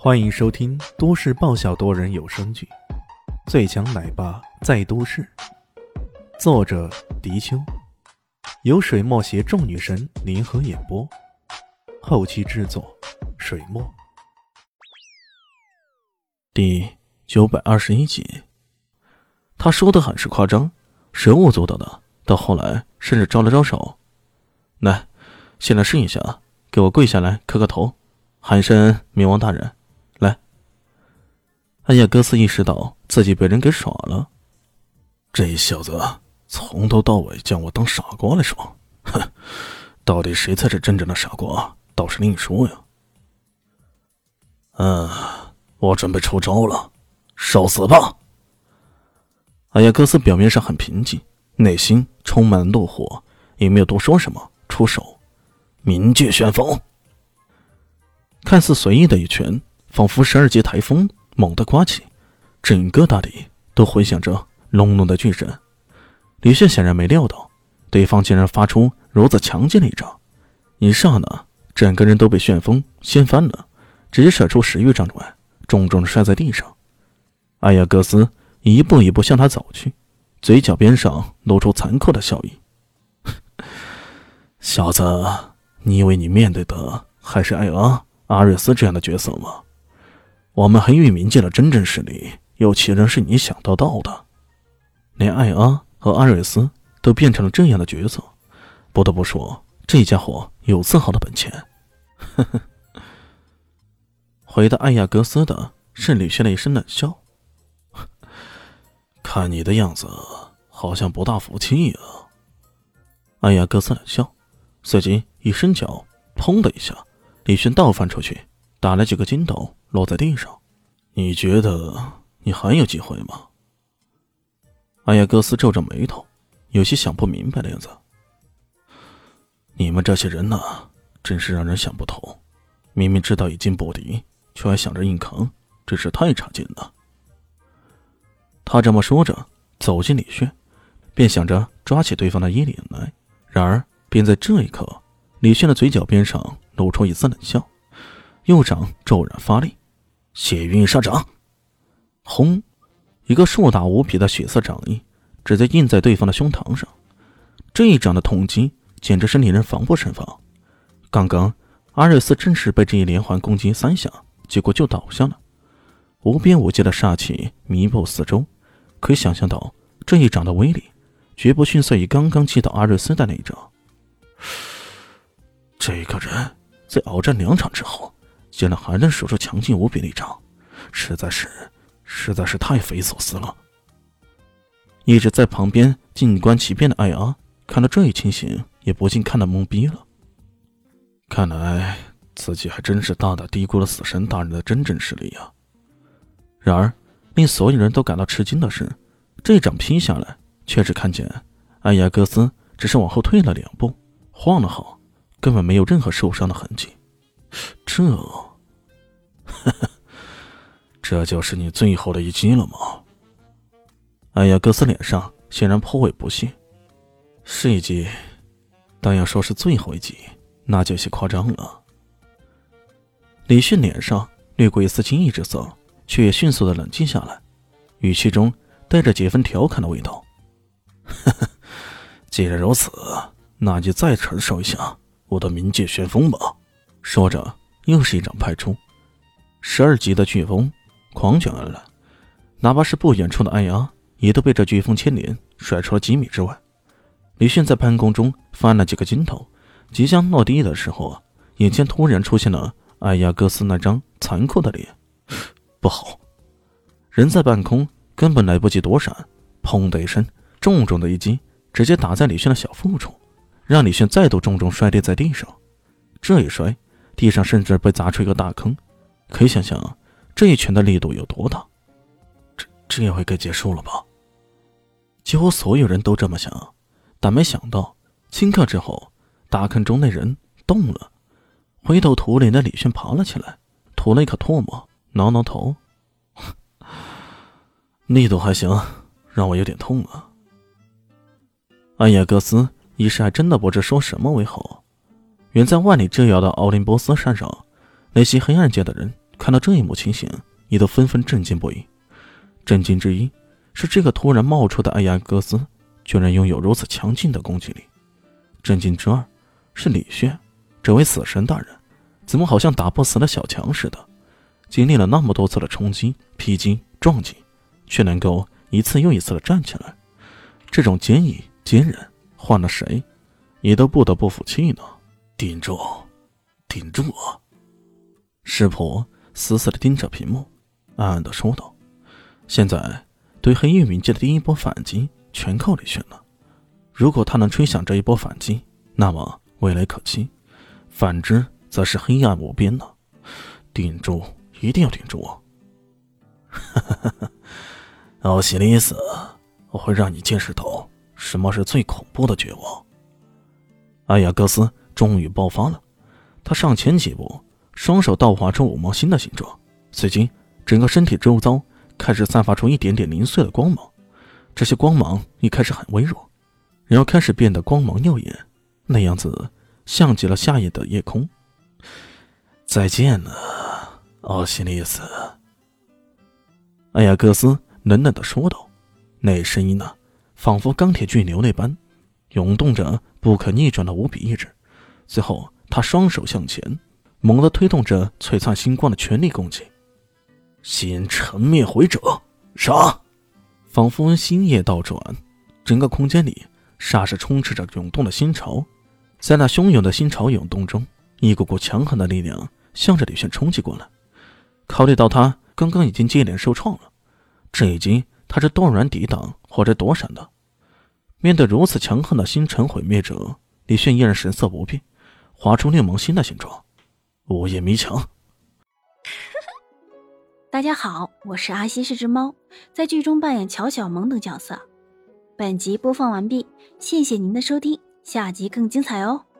欢迎收听都市爆笑多人有声剧《最强奶爸在都市》，作者：迪秋，由水墨携众女神联合演播，后期制作：水墨。 第921集。他说的很是夸张，手舞足蹈的，到后来甚至招了招手。来，现在试一下，给我跪下来磕个头，喊声冥王大人。来。艾亚戈斯意识到自己被人给耍了，这小子从头到尾将我当傻瓜来耍，哼，到底谁才是真正的傻瓜倒是另说呀。我准备出招了，受死吧！艾亚戈斯表面上很平静，内心充满了怒火，也没有多说什么，出手，冥界旋风。看似随意的一拳，仿佛12级台风猛地刮起，整个大地都回响着隆隆的巨声。李炫显然没料到对方竟然发出如此强劲的一招，一刹那整个人都被旋风掀翻了，直接射出10余丈外，重重地摔在地上。艾亚戈斯一步一步向他走去，嘴角边上露出残酷的笑意。小子，你以为你面对的还是阿瑞斯这样的角色吗？我们黑域冥界的真正实力又岂能是你想得到的？连艾阿和阿瑞斯都变成了这样的角色，不得不说这家伙有丝毫的本钱。呵呵。回答艾亚戈斯的是李轩的一声冷笑。看你的样子好像不大服气啊。艾亚戈斯冷笑，随即一伸脚，砰的一下，李轩倒翻出去，打了几个筋斗落在地上。你觉得你还有机会吗？艾亚戈斯皱着眉头，有些想不明白的样子。你们这些人呢，真是让人想不通，明明知道已经不敌，却还想着硬扛，真是太差劲了。他这么说着，走进李炫，便想着抓起对方的衣领来。然而便在这一刻，李炫的嘴角边上露出一丝冷笑，右掌骤然发力，血晕杀掌。轰！一个硕大无比的血色掌印直接印在对方的胸膛上，这一掌的痛击简直是令人防不胜防。刚刚阿瑞斯正是被这一连环攻击3下，结果就倒下了，无边无际的煞气弥布四周，可以想象到这一掌的威力绝不逊色于刚刚击倒阿瑞斯的那一掌。这个人在鏖战2场之后竟然还能使出强劲无比的一掌，实在是太匪夷所思了。一直在旁边静观其变的艾阿看到这一情形也不禁看得懵逼了。看来自己还真是大大低估了死神大人的真正实力啊。然而令所有人都感到吃惊的是，这掌劈下来，却只看见艾亚戈斯只是往后退了2步，晃了晃，根本没有任何受伤的痕迹。这就是你最后的一击了吗？艾亚戈斯脸上显然颇为不屑。是一击，但要说是最后一击，那就有些夸张了。李迅脸上掠过一丝惊异之色，却也迅速的冷静下来，语气中带着几分调侃的味道。既然如此，那就再承受一下我的冥界旋风吧。说着又是一掌拍出，12级的飓风狂卷而来，哪怕是不远处的艾阿也都被这飓风牵连甩出了几米之外。李迅在半空中翻了几个筋斗，即将落地的时候，眼前突然出现了艾亚戈斯那张残酷的脸。不好！人在半空根本来不及躲闪，砰的一声，重重的一击直接打在李炫的小腹处，让李炫再度重重摔跌在地上。这一摔，地上甚至被砸出一个大坑，可以想象这一拳的力度有多大。这回该结束了吧？几乎所有人都这么想，但没想到顷刻之后，大坑中那人动了，灰头土脸的李炫爬了起来，吐了一口唾沫，挠挠头。力度还行，让我有点痛啊。艾亚戈斯一时还真的不知说什么为好。远在万里之遥的奥林波斯山上，那些黑暗界的人看到这一幕情形，也都纷纷震惊不已。震惊之一是这个突然冒出的艾亚戈斯居然拥有如此强劲的攻击力。震惊之二是李炫这位死神大人怎么好像打不死的小强似的，经历了那么多次的冲击、劈击、撞击，却能够一次又一次的站起来。这种坚毅坚韧，换了谁也都不得不服气呢。顶住，顶住啊！师婆死死地盯着屏幕，暗暗地说道：现在对黑玉冥界的第一波反击全靠李炫了。如果他能吹响这一波反击，那么未来可期；反之则是黑暗无边了。顶住，一定要顶住啊！奥西里斯，我会让你见识到什么是最恐怖的绝望。艾亚戈斯终于爆发了，他上前几步，双手倒划出五芒星的形状，随即整个身体周遭开始散发出一点点零碎的光芒。这些光芒一开始很微弱，然后开始变得光芒耀眼，那样子像极了夏夜的夜空。再见了，奥西里斯。艾亚戈斯冷冷地说道，那声音仿佛钢铁巨牛那般涌动着不可逆转的无比意志。最后他双手向前，猛地推动着璀璨星光的全力攻击。星辰灭毁者，杀！仿佛星夜倒转，整个空间里霎时充斥着涌动的星潮。在那汹涌的星潮涌动中，一股股强横的力量向着李炫冲击过来。考虑到他刚刚已经接连受创了，这一击他是断然抵挡或者躲闪的。面对如此强横的星辰毁灭者，李炫依然神色不变，划出六芒星的形状，午夜迷墙。 大家好，我是阿西是只猫，在剧中扮演乔小萌等角色。本集播放完毕，谢谢您的收听，下集更精彩哦。